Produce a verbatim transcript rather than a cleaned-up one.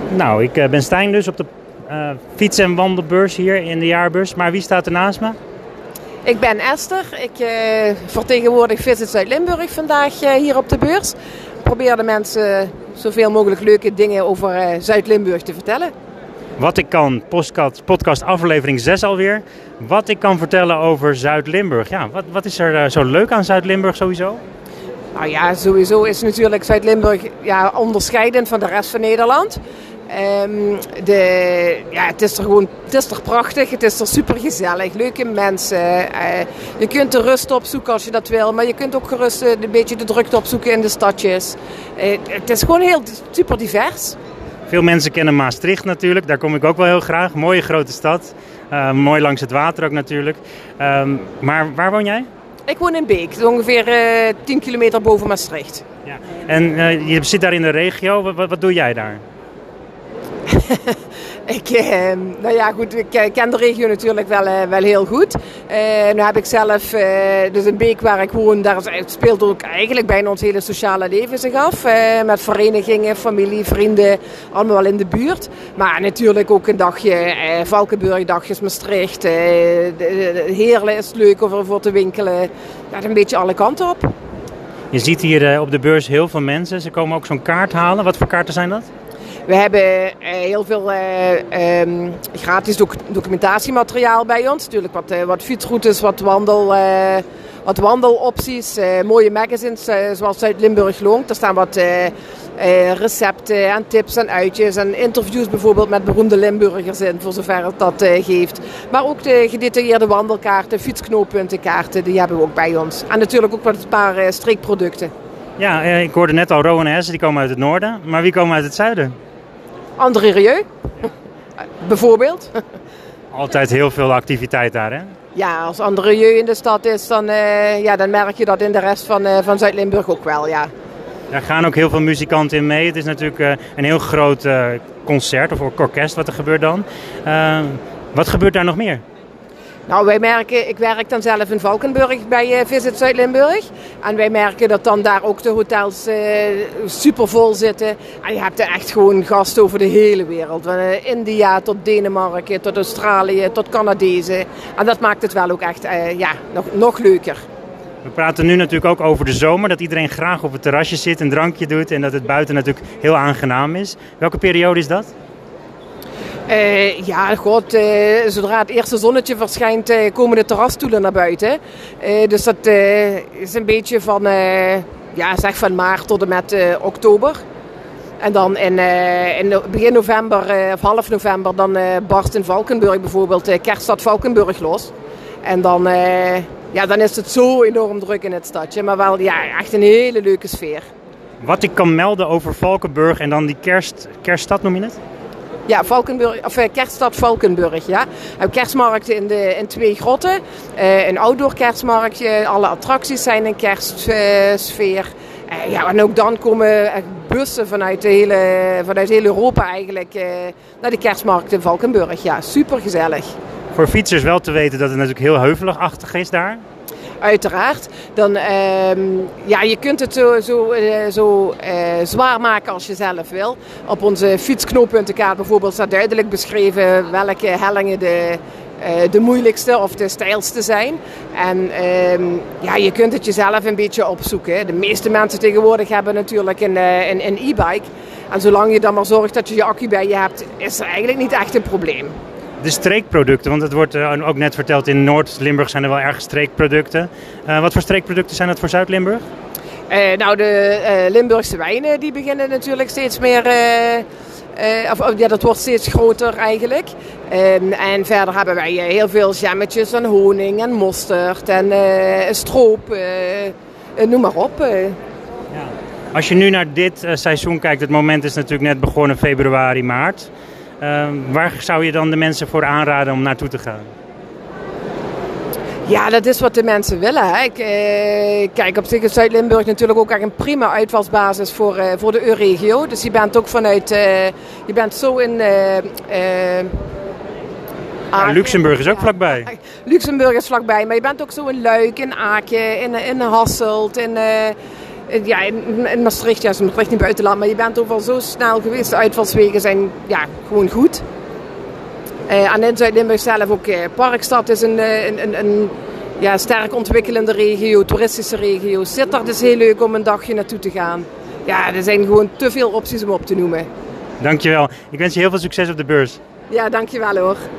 Nou, ik uh, ben Stijn dus op de uh, fiets- en wandelbeurs hier in de jaarbeurs. Maar wie staat er naast me? Ik ben Esther. Ik uh, vertegenwoordig Visit Zuid-Limburg vandaag uh, hier op de beurs. Ik probeer de mensen zoveel mogelijk leuke dingen over uh, Zuid-Limburg te vertellen. Wat ik kan, podcast, podcast aflevering zes alweer. Wat ik kan vertellen over Zuid-Limburg. Ja, wat, wat is er uh, zo leuk aan Zuid-Limburg sowieso? Nou ja, sowieso is natuurlijk Zuid-Limburg ja, onderscheidend van de rest van Nederland. Um, de, ja, het is er gewoon het is er prachtig, het is er super gezellig, leuke mensen. Uh, je kunt de rust opzoeken als je dat wil, maar je kunt ook gerust uh, een beetje de drukte opzoeken in de stadjes. Uh, het is gewoon heel super divers. Veel mensen kennen Maastricht natuurlijk, daar kom ik ook wel heel graag. Mooie grote stad, uh, mooi langs het water ook natuurlijk. Um, maar waar woon jij? Ik woon in Beek, ongeveer uh, tien kilometer boven Maastricht. Ja. En uh, je zit daar in de regio, wat, wat doe jij daar? ik, eh, nou ja, goed, ik ken de regio natuurlijk wel, eh, wel heel goed. Uh, nu heb ik zelf, uh, dus in Beek waar ik woon, daar speelt ook eigenlijk bijna ons hele sociale leven zich af. Uh, met verenigingen, familie, vrienden, allemaal wel in de buurt. Maar natuurlijk ook een dagje uh, Valkenburg, dagjes Maastricht. Uh, de, de, de Heerlen is leuk om voor te winkelen. Ja, een beetje alle kanten op. Je ziet hier uh, op de beurs heel veel mensen. Ze komen ook zo'n kaart halen. Wat voor kaarten zijn dat? We hebben uh, heel veel uh, um, gratis doc- documentatiemateriaal bij ons. Natuurlijk wat, uh, wat fietsroutes, wat, wandel, uh, wat wandelopties, uh, mooie magazines uh, zoals Zuid-Limburg Loont. Er staan wat uh, uh, recepten en tips en uitjes en interviews bijvoorbeeld met beroemde Limburgers in, voor zover het dat uh, geeft. Maar ook de gedetailleerde wandelkaarten, fietsknooppuntenkaarten, die hebben we ook bij ons. En natuurlijk ook wat een paar uh, streekproducten. Ja, uh, ik hoorde net al Ro en Hesse, die komen uit het noorden. Maar wie komen uit het zuiden? André Rieu, bijvoorbeeld. Altijd heel veel activiteit daar, hè? Ja, als André Rieu in de stad is, dan, uh, ja, dan merk je dat in de rest van, uh, van Zuid-Limburg ook wel, ja. Daar gaan ook heel veel muzikanten in mee. Het is natuurlijk uh, een heel groot uh, concert of orkest wat er gebeurt dan. Uh, wat gebeurt daar nog meer? Nou, wij merken, ik werk dan zelf in Valkenburg bij uh, Visit Zuid-Limburg. En wij merken dat dan daar ook de hotels uh, super vol zitten. En je hebt er echt gewoon gasten over de hele wereld. Van uh, India tot Denemarken, tot Australië, tot Canadezen. En dat maakt het wel ook echt uh, ja, nog, nog leuker. We praten nu natuurlijk ook over de zomer. Dat iedereen graag op het terrasje zit, een drankje doet. En dat het buiten natuurlijk heel aangenaam is. Welke periode is dat? Uh, ja, god, uh, zodra het eerste zonnetje verschijnt, uh, komen de terrasstoelen naar buiten. Uh, dus dat uh, is een beetje van, uh, ja, zeg van maart tot en met uh, oktober. En dan in, uh, in begin november uh, of half november, dan uh, barst in Valkenburg bijvoorbeeld uh, Kerststad Valkenburg los. En dan, uh, ja, dan is het zo enorm druk in het stadje, maar wel ja, echt een hele leuke sfeer. Wat ik kan melden over Valkenburg en dan die kerst, kerststad, noem je het? Ja, Valkenburg, of uh, Kerststad Valkenburg, ja. We hebben kerstmarkten in, de, in twee grotten. Uh, een outdoor kerstmarktje, alle attracties zijn in kerstsfeer. Uh, ja, en ook dan komen uh, bussen vanuit, de hele, vanuit heel Europa eigenlijk uh, naar de kerstmarkt in Valkenburg. Ja, super gezellig. Voor fietsers wel te weten dat het natuurlijk heel heuvelachtig is daar. Uiteraard. Dan, uh, ja, je kunt het zo, zo, uh, zo uh, zwaar maken als je zelf wil. Op onze fietsknooppuntenkaart bijvoorbeeld staat duidelijk beschreven welke hellingen de, uh, de moeilijkste of de steilste zijn. En uh, ja, je kunt het jezelf een beetje opzoeken. De meeste mensen tegenwoordig hebben natuurlijk een, uh, een, een e-bike. En zolang je dan maar zorgt dat je je accu bij je hebt, is er eigenlijk niet echt een probleem. De streekproducten, want het wordt uh, ook net verteld, in Noord-Limburg zijn er wel erg streekproducten. Uh, wat voor streekproducten zijn dat voor Zuid-Limburg? Uh, nou, de uh, Limburgse wijnen die beginnen natuurlijk steeds meer, uh, uh, of, ja, dat wordt steeds groter eigenlijk. Um, en verder hebben wij uh, heel veel jammetjes en honing en mosterd en uh, stroop, uh, uh, noem maar op. Uh. Ja. Als je nu naar dit uh, seizoen kijkt, het moment is natuurlijk net begonnen, februari, maart. Uh, waar zou je dan de mensen voor aanraden om naartoe te gaan? Ja, dat is wat de mensen willen. Hè. Ik, eh, kijk, op zich is Zuid-Limburg natuurlijk ook echt een prima uitvalsbasis voor, uh, voor de Euregio. Dus je bent ook vanuit, uh, je bent zo in... Uh, uh, ja, Luxemburg is ook ja, vlakbij. Luxemburg is vlakbij, maar je bent ook zo in Luik, in Aken, in, in Hasselt, in... Uh, ja, in, in Maastricht, ja, is Maastricht niet buitenland, maar je bent overal zo snel geweest. De uitvalswegen zijn ja, gewoon goed. Uh, en in Zuid-Limburg zelf ook, uh, Parkstad is een, een, een, een ja, sterk ontwikkelende regio, toeristische regio. Sittard is heel leuk om een dagje naartoe te gaan. Ja, er zijn gewoon te veel opties om op te noemen. Dankjewel. Ik wens je heel veel succes op de beurs. Ja, dankjewel hoor.